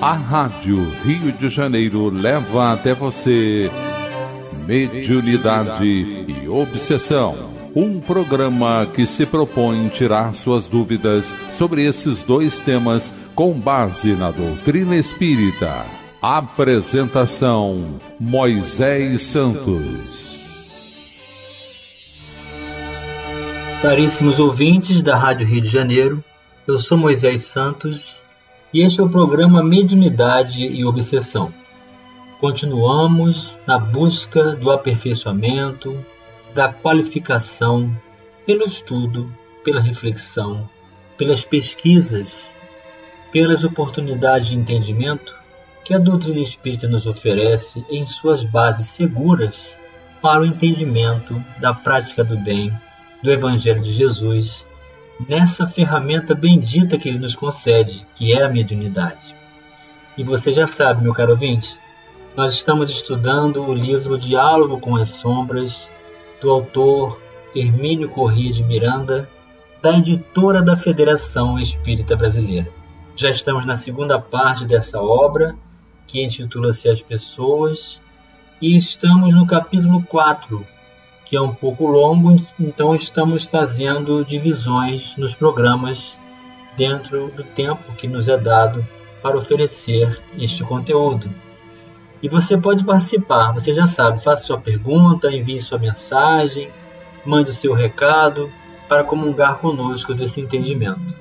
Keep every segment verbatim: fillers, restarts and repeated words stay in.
A Rádio Rio de Janeiro leva até você Mediunidade e Obsessão, um programa que se propõe tirar suas dúvidas sobre esses dois temas com base na doutrina espírita. Apresentação: Moisés Santos. Caríssimos ouvintes da Rádio Rio de Janeiro, eu sou Moisés Santos e este é o programa Mediunidade e Obsessão. Continuamos na busca do aperfeiçoamento, da qualificação, pelo estudo, pela reflexão, pelas pesquisas, pelas oportunidades de entendimento que a doutrina espírita nos oferece em suas bases seguras para o entendimento da prática do bem, do Evangelho de Jesus, nessa ferramenta bendita que Ele nos concede, que é a mediunidade. E você já sabe, meu caro ouvinte, nós estamos estudando o livro Diálogo com as Sombras, do autor Hermínio Corrêa de Miranda, da editora da Federação Espírita Brasileira. Já estamos na segunda parte dessa obra, que intitula-se As Pessoas, e estamos no capítulo quatro, que é um pouco longo, então estamos fazendo divisões nos programas dentro do tempo que nos é dado para oferecer este conteúdo. E você pode participar, você já sabe, faça sua pergunta, envie sua mensagem, mande o seu recado para comungar conosco desse entendimento.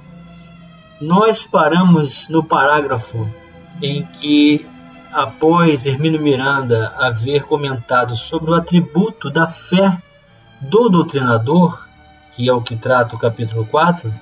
Nós paramos no parágrafo em que, após Hermínio Miranda haver comentado sobre o atributo da fé do doutrinador, que é o que trata o capítulo quatro,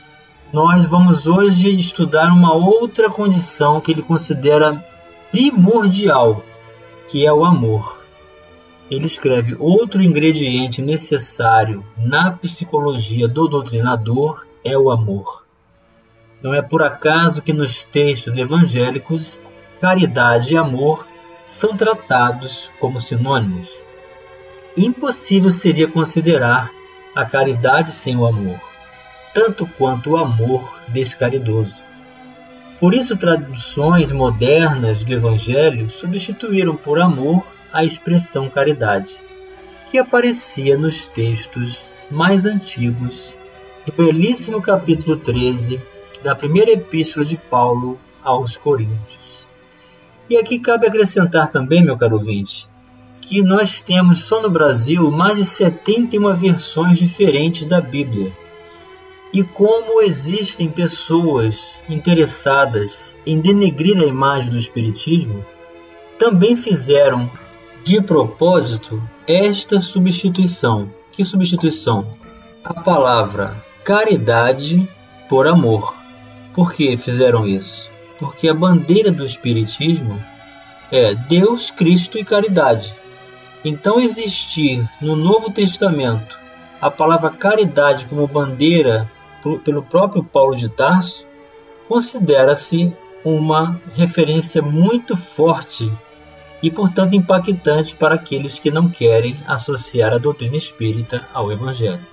nós vamos hoje estudar uma outra condição que ele considera primordial, que é o amor. Ele escreve: outro ingrediente necessário na psicologia do doutrinador é o amor. Não é por acaso que nos textos evangélicos caridade e amor são tratados como sinônimos. Impossível seria considerar a caridade sem o amor, tanto quanto o amor descaridoso. Por isso, traduções modernas do Evangelho substituíram por amor a expressão caridade, que aparecia nos textos mais antigos do belíssimo capítulo treze da primeira epístola de Paulo aos Coríntios. E aqui cabe acrescentar também, meu caro ouvinte, que nós temos só no Brasil mais de setenta e uma versões diferentes da Bíblia. E como existem pessoas interessadas em denegrir a imagem do Espiritismo, também fizeram de propósito esta substituição. Que substituição? A palavra caridade por amor. Por que fizeram isso? Porque a bandeira do Espiritismo é Deus, Cristo e caridade. Então, existir no Novo Testamento a palavra caridade como bandeira pelo próprio Paulo de Tarso, considera-se uma referência muito forte e, portanto, impactante para aqueles que não querem associar a doutrina espírita ao Evangelho.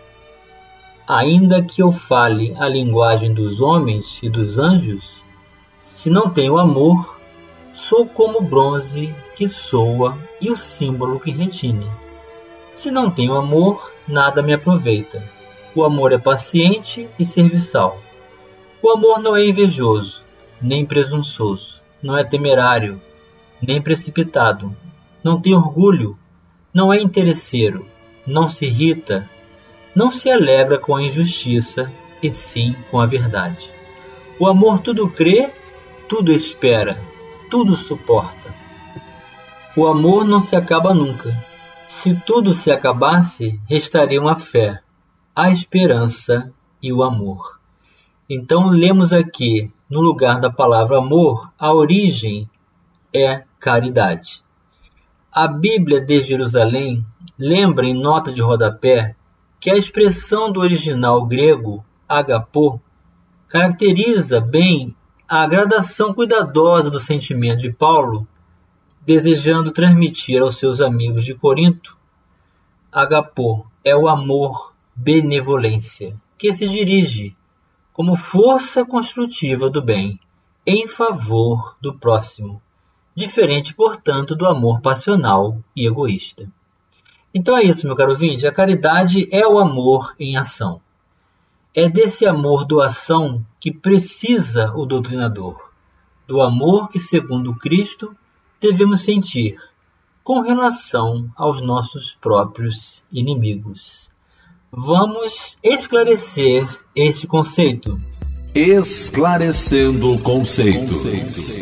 Ainda que eu fale a linguagem dos homens e dos anjos, se não tenho amor, sou como o bronze que soa e o símbolo que retine. Se não tenho amor, nada me aproveita. O amor é paciente e serviçal. O amor não é invejoso, nem presunçoso, não é temerário, nem precipitado, não tem orgulho, não é interesseiro, não se irrita, não se alegra com a injustiça, e sim com a verdade. O amor tudo crê, tudo espera, tudo suporta. O amor não se acaba nunca. Se tudo se acabasse, restariam a fé, a esperança e o amor. Então lemos aqui, no lugar da palavra amor, a origem é caridade. A Bíblia de Jerusalém lembra em nota de rodapé que a expressão do original grego, agapô, caracteriza bem a gradação cuidadosa do sentimento de Paulo, desejando transmitir aos seus amigos de Corinto. Agapô é o amor benevolência, que se dirige como força construtiva do bem em favor do próximo, diferente, portanto, do amor passional e egoísta. Então é isso, meu caro ouvinte, a caridade é o amor em ação. É desse amor doação que precisa o doutrinador, do amor que, segundo Cristo, devemos sentir com relação aos nossos próprios inimigos. Vamos esclarecer este conceito. Esclarecendo conceitos.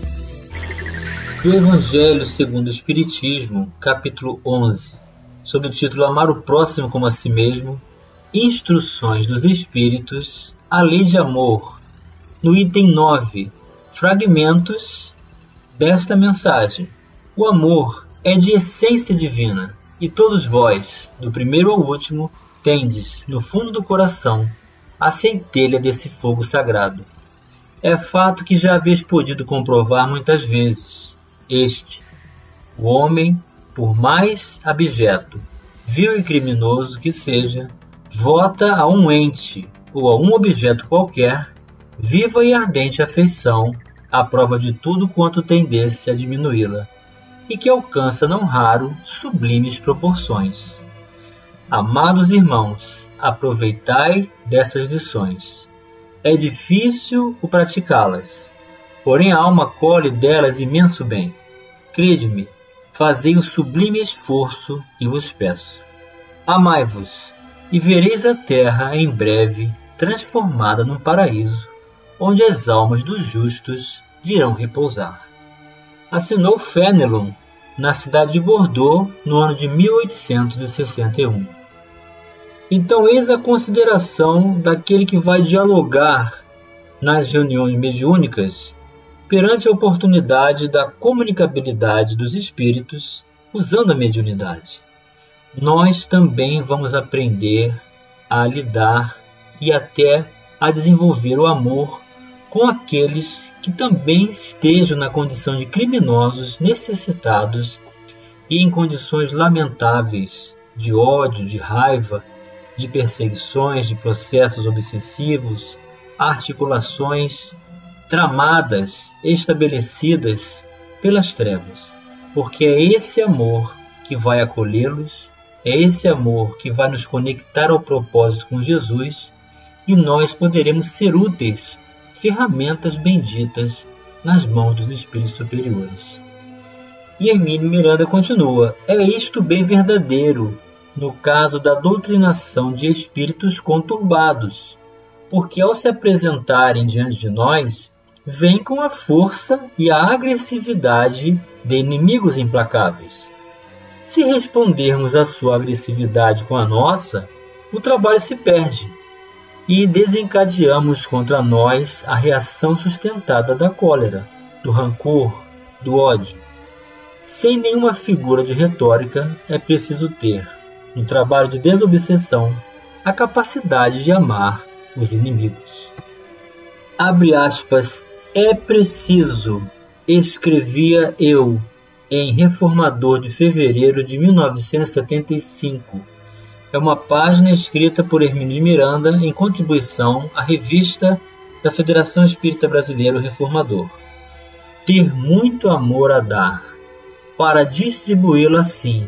Do Evangelho segundo o Espiritismo, capítulo onze, sob o título Amar o Próximo como a Si Mesmo, Instruções dos Espíritos, a Lei de Amor, no item nove, fragmentos desta mensagem. O amor é de essência divina, e todos vós, do primeiro ao último, tendes, no fundo do coração, a centelha desse fogo sagrado. É fato que já haveis podido comprovar muitas vezes. Este, o homem, por mais abjeto, vil e criminoso que seja, vota a um ente ou a um objeto qualquer, viva e ardente afeição, à prova de tudo quanto tendesse a diminuí-la, e que alcança não raro sublimes proporções. Amados irmãos, aproveitai dessas lições. É difícil o praticá-las, porém a alma colhe delas imenso bem. Crede-me, fazei o sublime esforço e vos peço. Amai-vos, e vereis a terra em breve transformada num paraíso, onde as almas dos justos virão repousar. Assinou Fénelon, na cidade de Bordeaux, no ano de mil oitocentos e sessenta e um. Então, eis a consideração daquele que vai dialogar nas reuniões mediúnicas perante a oportunidade da comunicabilidade dos espíritos usando a mediunidade. Nós também vamos aprender a lidar e até a desenvolver o amor com aqueles que também estejam na condição de criminosos, necessitados e em condições lamentáveis de ódio, de raiva, de perseguições, de processos obsessivos, articulações tramadas, estabelecidas pelas trevas, porque é esse amor que vai acolhê-los, é esse amor que vai nos conectar ao propósito com Jesus, e nós poderemos ser úteis, ferramentas benditas nas mãos dos espíritos superiores. E Hermínio Miranda continua: é isto bem verdadeiro no caso da doutrinação de espíritos conturbados, porque ao se apresentarem diante de nós, vêm com a força e a agressividade de inimigos implacáveis. Se respondermos à sua agressividade com a nossa, o trabalho se perde e desencadeamos contra nós a reação sustentada da cólera, do rancor, do ódio. Sem nenhuma figura de retórica, é preciso ter, no trabalho de desobsessão, a capacidade de amar os inimigos. Abre aspas, é preciso, escrevia eu, em Reformador de fevereiro de mil novecentos e setenta e cinco. É uma página escrita por Hermínio de Miranda em contribuição à revista da Federação Espírita Brasileira, o Reformador. Ter muito amor a dar, para distribuí-lo assim,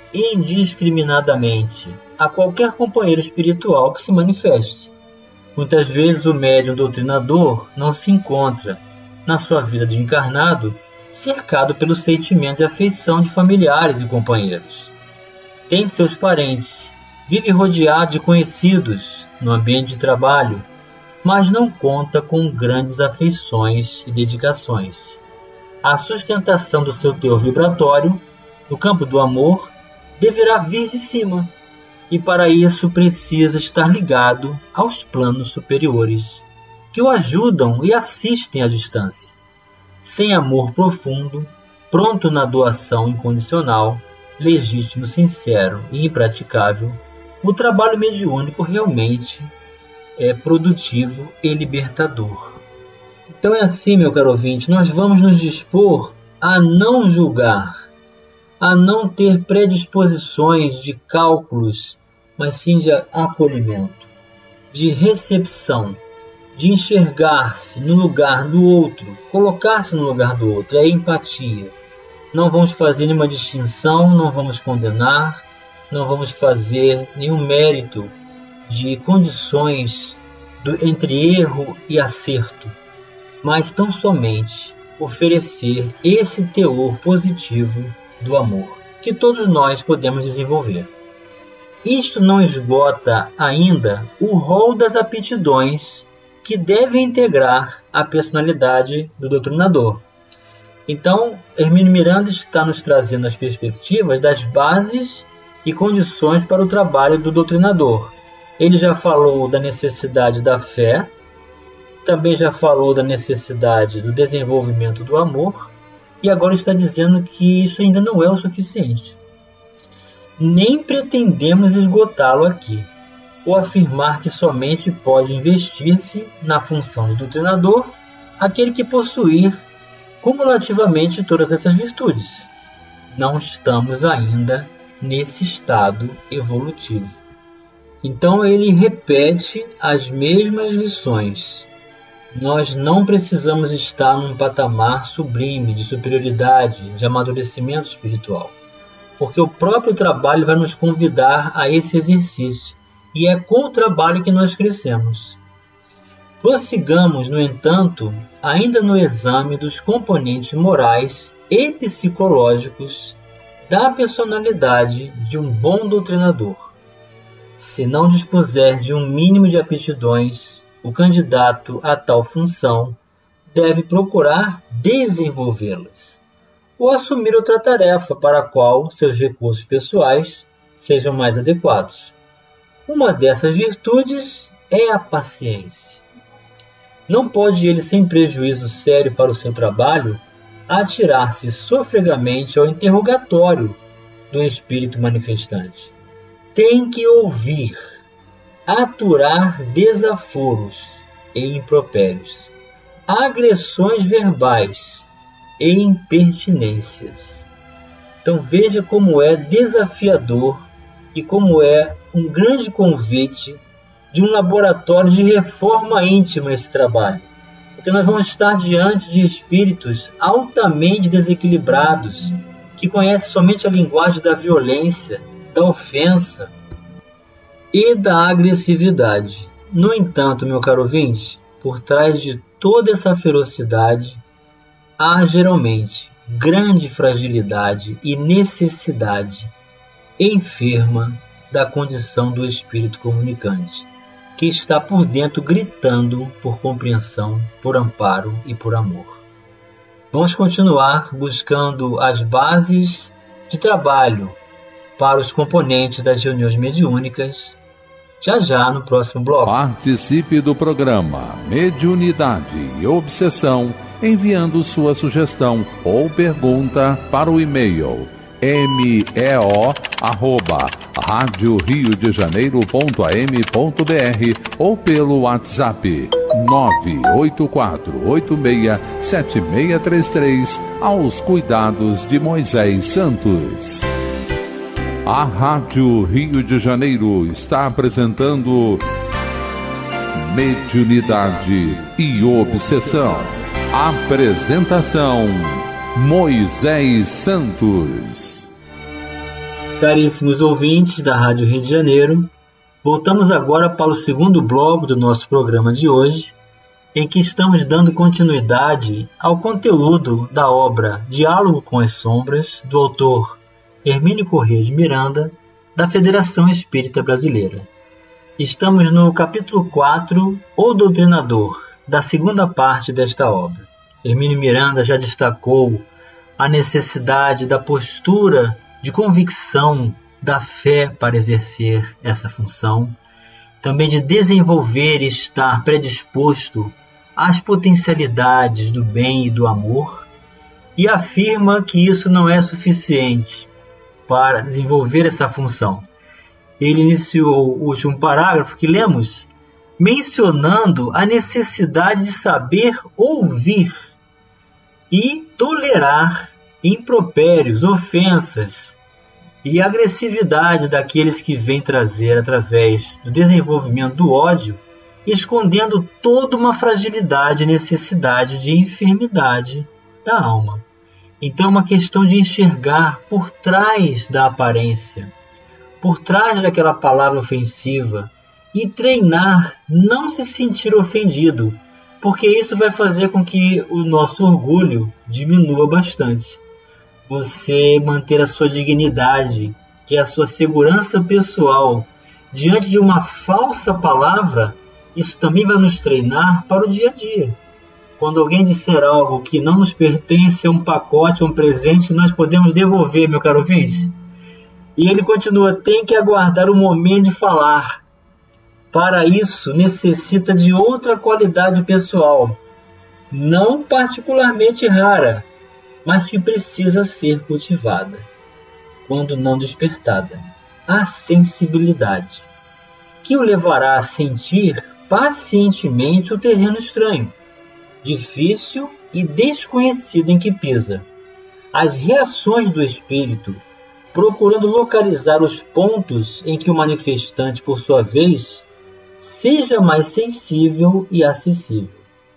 indiscriminadamente, a qualquer companheiro espiritual que se manifeste. Muitas vezes o médium doutrinador não se encontra, na sua vida de encarnado, cercado pelo sentimento de afeição de familiares e companheiros. Tem seus parentes, vive rodeado de conhecidos no ambiente de trabalho, mas não conta com grandes afeições e dedicações. A sustentação do seu teor vibratório, no campo do amor, deverá vir de cima, e para isso precisa estar ligado aos planos superiores, que o ajudam e assistem à distância. Sem amor profundo, pronto na doação incondicional, legítimo, sincero e impraticável, o trabalho mediúnico realmente é produtivo e libertador. Então é assim, meu caro ouvinte, nós vamos nos dispor a não julgar, a não ter predisposições de cálculos, mas sim de acolhimento, de recepção, de enxergar-se no lugar do outro, colocar-se no lugar do outro, é a empatia. Não vamos fazer nenhuma distinção, não vamos condenar, não vamos fazer nenhum mérito de condições do, entre erro e acerto, mas tão somente oferecer esse teor positivo do amor, que todos nós podemos desenvolver. Isto não esgota ainda o rol das aptidões que devem integrar a personalidade do doutrinador. Então, Hermínio Miranda está nos trazendo as perspectivas das bases e condições para o trabalho do doutrinador. Ele já falou da necessidade da fé, também já falou da necessidade do desenvolvimento do amor, e agora está dizendo que isso ainda não é o suficiente. Nem pretendemos esgotá-lo aqui, ou afirmar que somente pode investir-se na função de doutrinador aquele que possuir cumulativamente todas essas virtudes. Não estamos ainda nesse estado evolutivo. Então ele repete as mesmas lições. Nós não precisamos estar num patamar sublime de superioridade, de amadurecimento espiritual, porque o próprio trabalho vai nos convidar a esse exercício, e é com o trabalho que nós crescemos. Prossigamos, no entanto, ainda no exame dos componentes morais e psicológicos da personalidade de um bom doutrinador. Se não dispuser de um mínimo de aptidões, o candidato a tal função deve procurar desenvolvê-las, ou assumir outra tarefa para a qual seus recursos pessoais sejam mais adequados. Uma dessas virtudes é a paciência. Não pode ele, sem prejuízo sério para o seu trabalho, atirar-se sofregamente ao interrogatório do espírito manifestante. Tem que ouvir, aturar desaforos e impropérios, agressões verbais e impertinências. Então veja como é desafiador e como é um grande convite de um laboratório de reforma íntima esse trabalho, porque nós vamos estar diante de espíritos altamente desequilibrados, que conhecem somente a linguagem da violência, da ofensa e da agressividade. No entanto, meu caro ouvinte, por trás de toda essa ferocidade, há geralmente grande fragilidade e necessidade enferma da condição do espírito comunicante, que está por dentro gritando por compreensão, por amparo e por amor. Vamos continuar buscando as bases de trabalho para os componentes das reuniões mediúnicas, já já no próximo bloco. Participe do programa Mediunidade e Obsessão, enviando sua sugestão ou pergunta para o e-mail meo arroba rádio rio de janeiro ponto a m ponto b r ou pelo WhatsApp nove oito quatro oito seis sete seis três três, aos cuidados de Moisés Santos. A Rádio Rio de Janeiro está apresentando Mediunidade e Obsessão. Apresentação: Moisés Santos. Caríssimos ouvintes da Rádio Rio de Janeiro, voltamos agora para o segundo bloco do nosso programa de hoje, em que estamos dando continuidade ao conteúdo da obra Diálogo com as Sombras, do autor Hermínio Corrêa de Miranda, da Federação Espírita Brasileira. Estamos no capítulo quatro, O Doutrinador, da segunda parte desta obra. Hermínio Miranda já destacou a necessidade da postura de convicção da fé para exercer essa função, também de desenvolver e estar predisposto às potencialidades do bem e do amor, e afirma que isso não é suficiente para desenvolver essa função. Ele iniciou o último parágrafo que lemos mencionando a necessidade de saber ouvir e tolerar impropérios, ofensas e agressividade daqueles que vêm trazer, através do desenvolvimento do ódio, escondendo toda uma fragilidade e necessidade de enfermidade da alma. Então é uma questão de enxergar por trás da aparência, por trás daquela palavra ofensiva, e treinar não se sentir ofendido, porque isso vai fazer com que o nosso orgulho diminua bastante. Você manter a sua dignidade, que é a sua segurança pessoal, diante de uma falsa palavra, isso também vai nos treinar para o dia a dia. Quando alguém disser algo que não nos pertence, é um pacote, um presente que nós podemos devolver, meu caro ouvinte. E ele continua, tem que aguardar o momento de falar. Para isso, necessita de outra qualidade pessoal, não particularmente rara, mas que precisa ser cultivada, quando não despertada, a sensibilidade, que o levará a sentir pacientemente o terreno estranho, difícil e desconhecido em que pisa, as reações do espírito, procurando localizar os pontos em que o manifestante, por sua vez, seja mais sensível e acessível.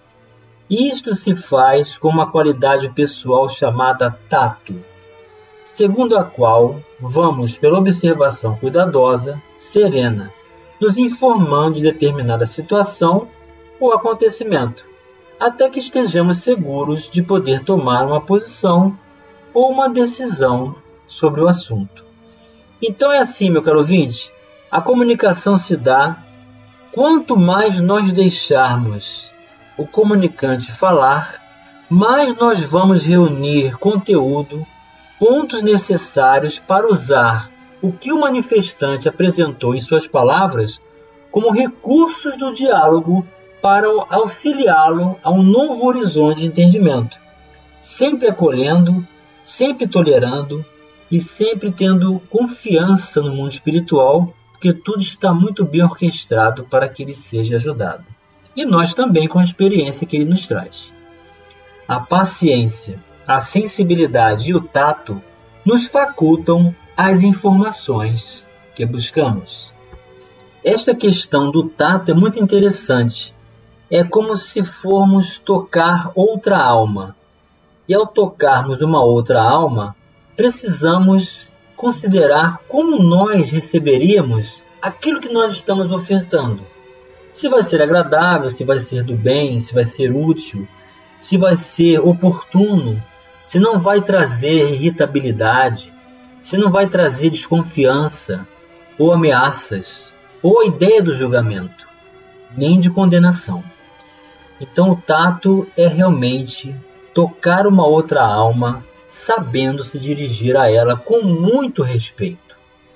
Isto se faz com uma qualidade pessoal chamada tato, segundo a qual vamos, pela observação cuidadosa, serena, nos informando de determinada situação ou acontecimento, até que estejamos seguros de poder tomar uma posição ou uma decisão sobre o assunto. Então é assim, meu caro ouvinte, a comunicação se dá quanto mais nós deixarmos o comunicante falar, mais nós vamos reunir conteúdo, pontos necessários para usar o que o manifestante apresentou em suas palavras como recursos do diálogo para auxiliá-lo a um novo horizonte de entendimento, sempre acolhendo, sempre tolerando e sempre tendo confiança no mundo espiritual, porque tudo está muito bem orquestrado para que ele seja ajudado. E nós também com a experiência que ele nos traz. A paciência, a sensibilidade e o tato nos facultam as informações que buscamos. Esta questão do tato é muito interessante. É como se formos tocar outra alma. E ao tocarmos uma outra alma, precisamos considerar como nós receberíamos aquilo que nós estamos ofertando. Se vai ser agradável, se vai ser do bem, se vai ser útil, se vai ser oportuno, se não vai trazer irritabilidade, se não vai trazer desconfiança, ou ameaças, ou a ideia do julgamento, nem de condenação. Então o tato é realmente tocar uma outra alma, sabendo se dirigir a ela com muito respeito.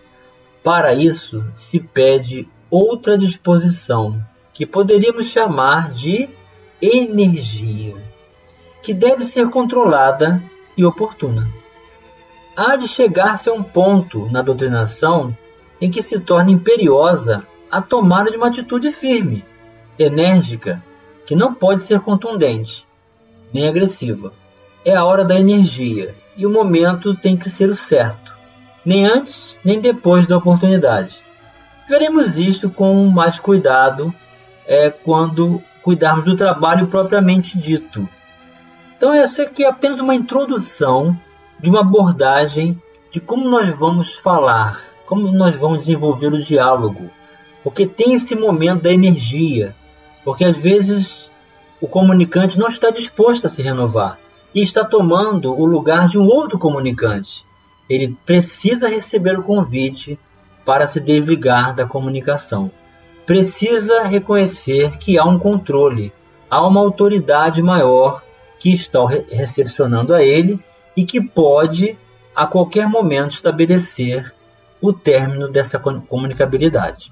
Para isso se pede outra disposição, que poderíamos chamar de energia, que deve ser controlada e oportuna. Há de chegar-se a um ponto na doutrinação em que se torna imperiosa a tomada de uma atitude firme, enérgica, que não pode ser contundente, nem agressiva. É a hora da energia, e o momento tem que ser o certo, nem antes nem depois da oportunidade. Veremos isto com mais cuidado é, quando cuidarmos do trabalho propriamente dito. Então essa aqui é apenas uma introdução de uma abordagem de como nós vamos falar, como nós vamos desenvolver o diálogo, porque tem esse momento da energia, porque às vezes o comunicante não está disposto a se renovar e está tomando o lugar de um outro comunicante. Ele precisa receber o convite para se desligar da comunicação. Precisa reconhecer que há um controle, há uma autoridade maior que está recepcionando a ele e que pode, a qualquer momento, estabelecer o término dessa comunicabilidade.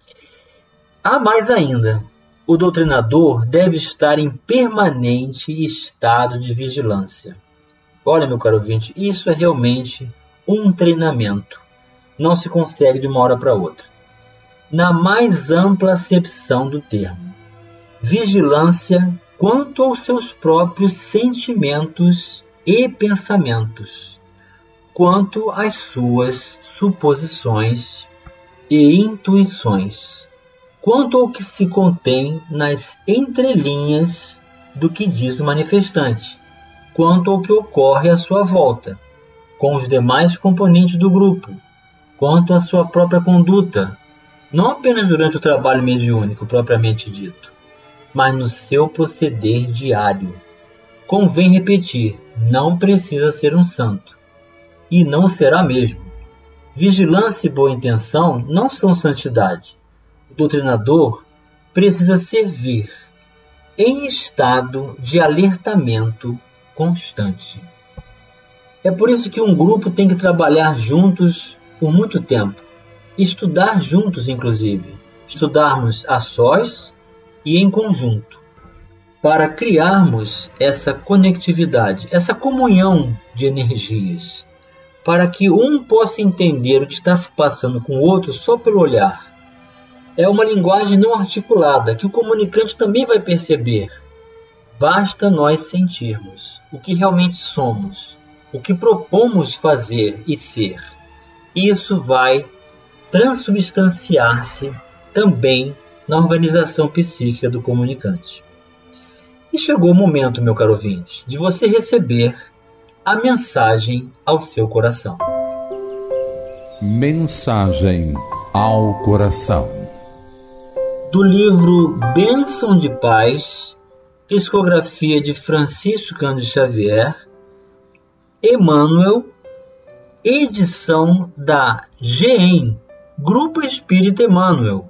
Há mais ainda. O doutrinador deve estar em permanente estado de vigilância. Olha, meu caro ouvinte, isso é realmente um treinamento. Não se consegue de uma hora para outra. Na mais ampla acepção do termo. Vigilância quanto aos seus próprios sentimentos e pensamentos, quanto às suas suposições e intuições, quanto ao que se contém nas entrelinhas do que diz o manifestante, quanto ao que ocorre à sua volta, com os demais componentes do grupo, quanto à sua própria conduta, não apenas durante o trabalho mediúnico propriamente dito, mas no seu proceder diário. Convém repetir, não precisa ser um santo, e não será mesmo. Vigilância e boa intenção não são santidade. O doutrinador precisa servir em estado de alertamento constante. É por isso que um grupo tem que trabalhar juntos por muito tempo, estudar juntos inclusive, estudarmos a sós e em conjunto, para criarmos essa conectividade, essa comunhão de energias, para que um possa entender o que está se passando com o outro só pelo olhar. É uma linguagem não articulada que o comunicante também vai perceber. Basta nós sentirmos o que realmente somos, o que propomos fazer e ser. Isso vai transubstanciar-se também na organização psíquica do comunicante. E chegou o momento, meu caro ouvinte, de você receber a mensagem ao seu coração. Mensagem ao coração. Do livro Bênção de Paz, psicografia de Francisco Cândido Xavier, Emmanuel, edição da G E M, Grupo Espírita Emmanuel,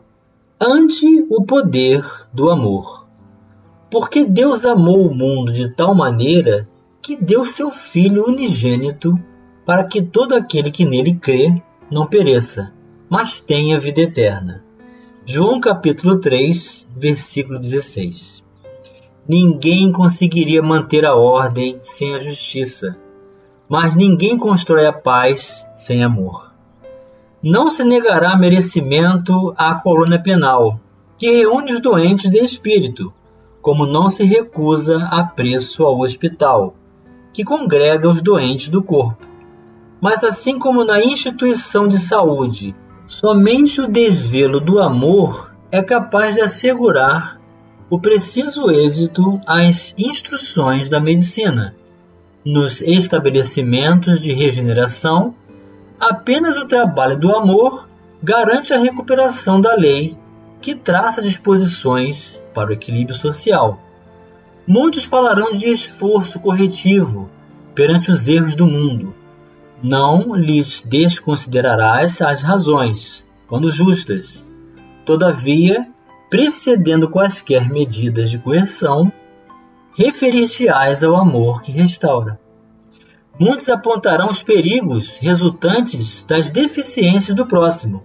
ante o poder do amor. Porque Deus amou o mundo de tal maneira que deu seu Filho unigênito para que todo aquele que nele crê não pereça, mas tenha vida eterna. João capítulo três, versículo dezesseis. Ninguém conseguiria manter a ordem sem a justiça, mas ninguém constrói a paz sem amor. Não se negará merecimento à colônia penal, que reúne os doentes de espírito, como não se recusa apreço ao hospital, que congrega os doentes do corpo. Mas assim como na instituição de saúde, somente o desvelo do amor é capaz de assegurar o preciso êxito às instruções da medicina. Nos estabelecimentos de regeneração, apenas o trabalho do amor garante a recuperação da lei, que traça disposições para o equilíbrio social. Muitos falarão de esforço corretivo perante os erros do mundo. Não lhes desconsiderarás as razões, quando justas. Todavia, precedendo quaisquer medidas de coerção, referir-te-ás ao amor que restaura. Muitos apontarão os perigos resultantes das deficiências do próximo.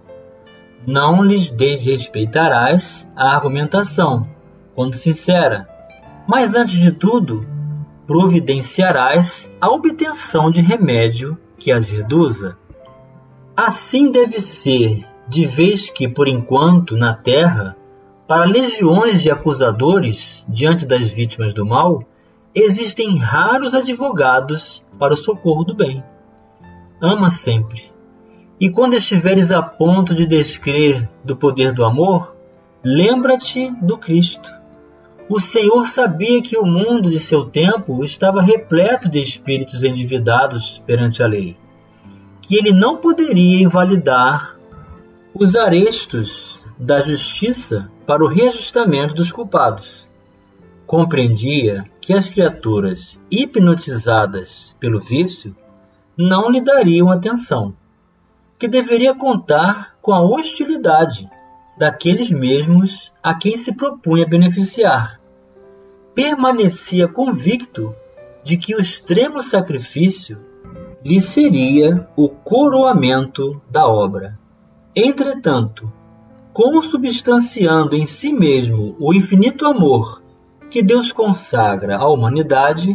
Não lhes desrespeitarás a argumentação, quando sincera, mas antes de tudo, providenciarás a obtenção de remédio que as reduza. Assim deve ser, de vez que, por enquanto, na terra, para legiões de acusadores diante das vítimas do mal, existem raros advogados para o socorro do bem. Ama sempre. E quando estiveres a ponto de descrer do poder do amor, lembra-te do Cristo. O Senhor sabia que o mundo de seu tempo estava repleto de espíritos endividados perante a lei, que ele não poderia invalidar os arestos da justiça para o reajustamento dos culpados. Compreendia que as criaturas hipnotizadas pelo vício não lhe dariam atenção, que deveria contar com a hostilidade daqueles mesmos a quem se propunha beneficiar. Permanecia convicto de que o extremo sacrifício lhe seria o coroamento da obra. Entretanto, consubstanciando em si mesmo o infinito amor que Deus consagra à humanidade,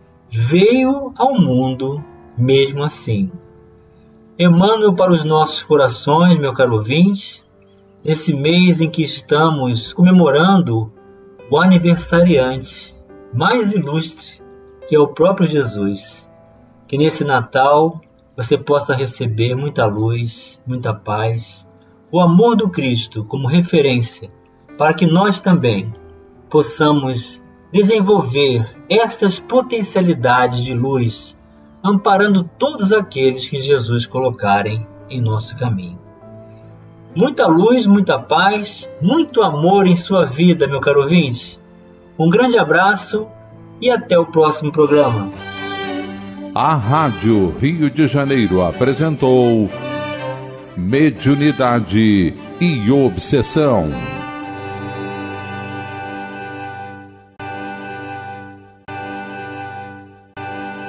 veio ao mundo mesmo assim. Emmanuel para os nossos corações, meu caro ouvinte, nesse mês em que estamos comemorando o aniversariante mais ilustre, que é o próprio Jesus. Que nesse Natal você possa receber muita luz, muita paz, o amor do Cristo como referência, para que nós também possamos desenvolver estas potencialidades de luz, amparando todos aqueles que Jesus colocarem em nosso caminho. Muita luz, muita paz, muito amor em sua vida, meu caro ouvinte. Um grande abraço e até o próximo programa. A Rádio Rio de Janeiro apresentou Mediunidade e Obsessão.